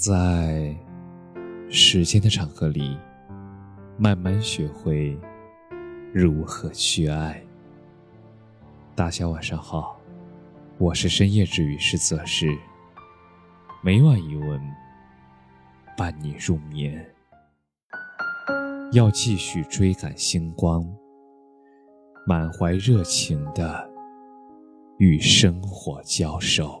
在时间的长河里，慢慢学会如何去爱。大家晚上好，我是深夜治愈师则是，每晚一文伴你入眠。要继续追赶星光，满怀热情地与生活交手。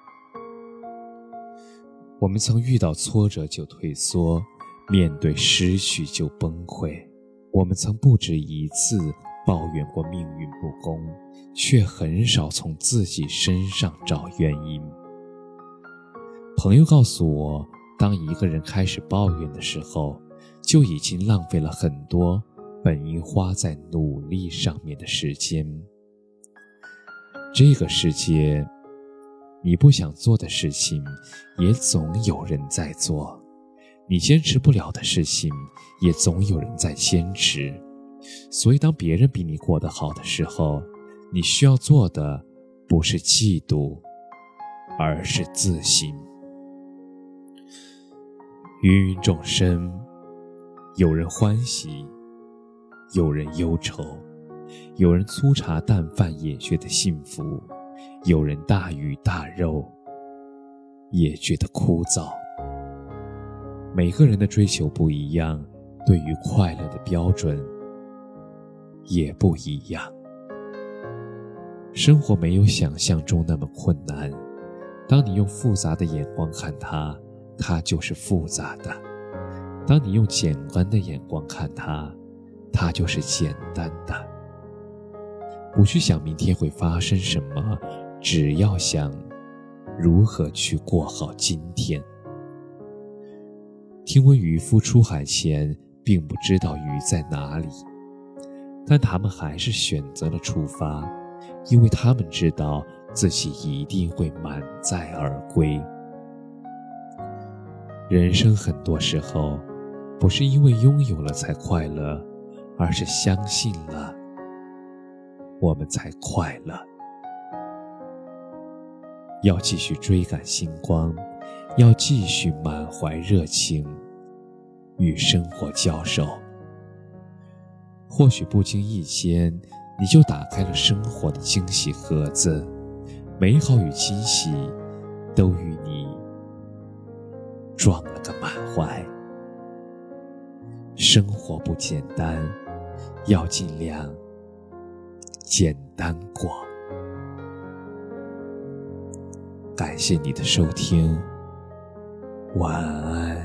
我们曾遇到挫折就退缩，面对失去就崩溃。我们曾不止一次抱怨过命运不公，却很少从自己身上找原因。朋友告诉我，当一个人开始抱怨的时候，就已经浪费了很多本应花在努力上面的时间。这个世界，你不想做的事情也总有人在做，你坚持不了的事情也总有人在坚持。所以当别人比你过得好的时候，你需要做的不是嫉妒，而是自信。芸芸众生，有人欢喜，有人忧愁，有人粗茶淡饭也觉得幸福，有人大鱼大肉也觉得枯燥。每个人的追求不一样，对于快乐的标准也不一样。生活没有想象中那么困难，当你用复杂的眼光看它，它就是复杂的；当你用简单的眼光看它，它就是简单的。不去想明天会发生什么，只要想如何去过好今天。听闻渔夫出海前并不知道鱼在哪里，但他们还是选择了出发，因为他们知道自己一定会满载而归。人生很多时候不是因为拥有了才快乐，而是相信了我们才快乐。要继续追赶星光，要继续满怀热情与生活交手。或许不经意间，你就打开了生活的惊喜盒子，美好与惊喜都与你装了个满怀。生活不简单，要尽量简单过。感谢你的收听，晚安。